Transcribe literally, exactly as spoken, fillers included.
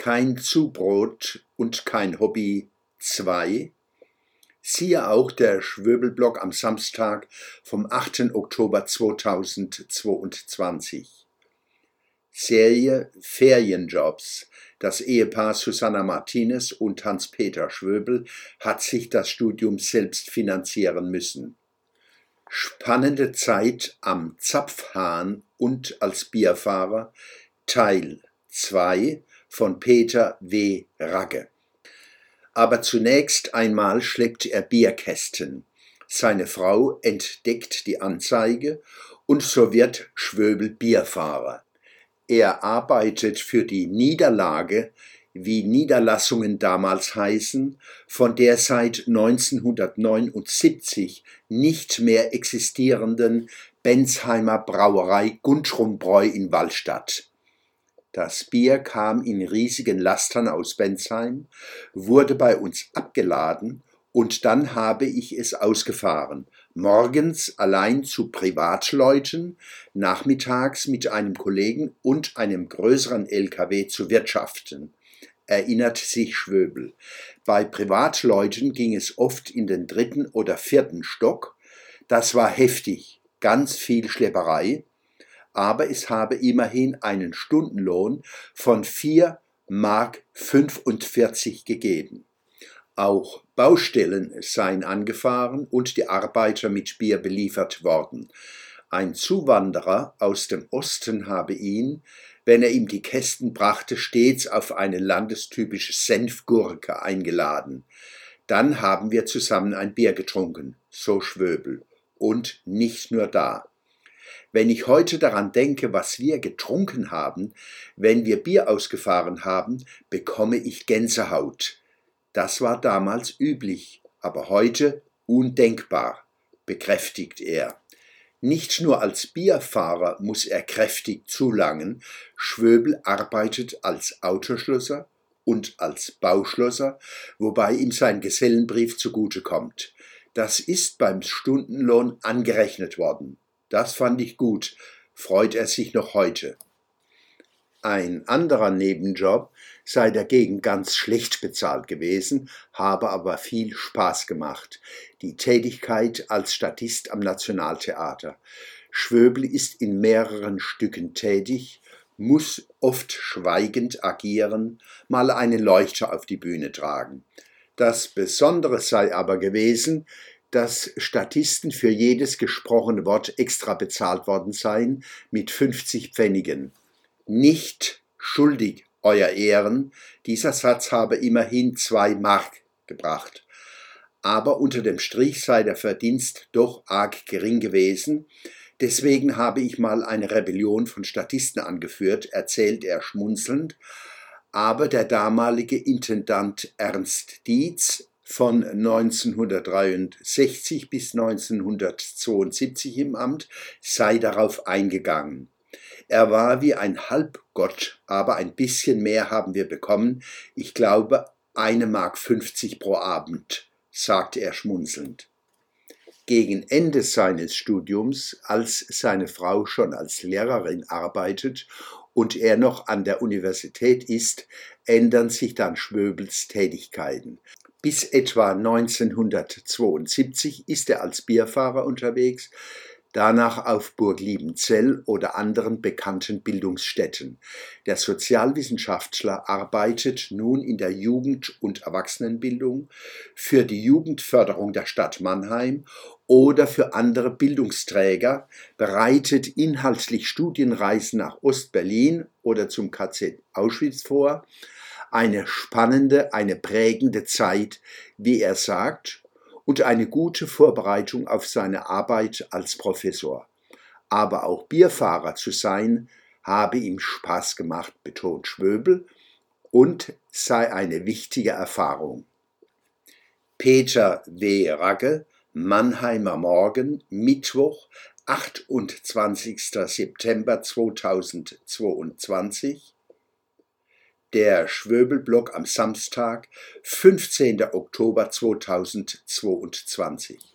Kein Zubrot und kein Hobby zwei. Siehe auch der Schwöbel-Blog am Samstag vom achten Oktober zweitausendzweiundzwanzig. Serie Ferienjobs. Das Ehepaar Susanna Martinez und Hans-Peter Schwöbel hat sich das Studium selbst finanzieren müssen. Spannende Zeit am Zapfhahn und als Bierfahrer Teil zwei von Peter W. Ragge. Aber zunächst einmal schleppt er Bierkästen. Seine Frau entdeckt die Anzeige und so wird Schwöbel Bierfahrer. Er arbeitet für die Niederlage, wie Niederlassungen damals heißen, von der seit neunzehnhundertneunundsiebzig nicht mehr existierenden Bensheimer Brauerei Guntrumbräu in Wallstadt. Das Bier kam in riesigen Lastern aus Bensheim, wurde bei uns abgeladen und dann habe ich es ausgefahren. Morgens allein zu Privatleuten, nachmittags mit einem Kollegen und einem größeren L K W zu wirtschaften, erinnert sich Schwöbel. Bei Privatleuten ging es oft in den dritten oder vierten Stock. Das war heftig, ganz viel Schlepperei. Aber es habe immerhin einen Stundenlohn von vier Mark fünfundvierzig gegeben. Auch Baustellen seien angefahren und die Arbeiter mit Bier beliefert worden. Ein Zuwanderer aus dem Osten habe ihn, wenn er ihm die Kästen brachte, stets auf eine landestypische Senfgurke eingeladen. Dann haben wir zusammen ein Bier getrunken, so Schwöbel. Und nicht nur da. Wenn ich heute daran denke, was wir getrunken haben, wenn wir Bier ausgefahren haben, bekomme ich Gänsehaut. Das war damals üblich, aber heute undenkbar, bekräftigt er. Nicht nur als Bierfahrer muss er kräftig zulangen, Schwöbel arbeitet als Autoschlosser und als Bauschlosser, wobei ihm sein Gesellenbrief zugutekommt. Das ist beim Stundenlohn angerechnet worden. Das fand ich gut, freut er sich noch heute. Ein anderer Nebenjob sei dagegen ganz schlecht bezahlt gewesen, habe aber viel Spaß gemacht. Die Tätigkeit als Statist am Nationaltheater. Schwöbel ist in mehreren Stücken tätig, muss oft schweigend agieren, mal einen Leuchter auf die Bühne tragen. Das Besondere sei aber gewesen, dass Statisten für jedes gesprochene Wort extra bezahlt worden seien mit fünfzig Pfennigen. Nicht schuldig, Euer Ehren, dieser Satz habe immerhin zwei Mark gebracht. Aber unter dem Strich sei der Verdienst doch arg gering gewesen. Deswegen habe ich mal eine Rebellion von Statisten angeführt, erzählt er schmunzelnd. Aber der damalige Intendant Ernst Dietz, von neunzehnhundertdreiundsechzig bis neunzehnhundertzweiundsiebzig im Amt, sei darauf eingegangen. Er war wie ein Halbgott, aber ein bisschen mehr haben wir bekommen. Ich glaube, eine Mark fünfzig pro Abend, sagte er schmunzelnd. Gegen Ende seines Studiums, als seine Frau schon als Lehrerin arbeitet und er noch an der Universität ist, ändern sich dann Schwöbels Tätigkeiten. Bis etwa neunzehnhundertzweiundsiebzig ist er als Bierfahrer unterwegs, danach auf Burg Liebenzell oder anderen bekannten Bildungsstätten. Der Sozialwissenschaftler arbeitet nun in der Jugend- und Erwachsenenbildung, für die Jugendförderung der Stadt Mannheim oder für andere Bildungsträger, bereitet inhaltlich Studienreisen nach Ost-Berlin oder zum K Z Auschwitz vor. Eine spannende, eine prägende Zeit, wie er sagt, und eine gute Vorbereitung auf seine Arbeit als Professor. Aber auch Bierfahrer zu sein, habe ihm Spaß gemacht, betont Schwöbel, und sei eine wichtige Erfahrung. Peter W. Ragge, Mannheimer Morgen, Mittwoch, achtundzwanzigster September zweitausendzweiundzwanzig. Der Schwöbel-Blog am Samstag, fünfzehnter Oktober zweitausendzweiundzwanzig.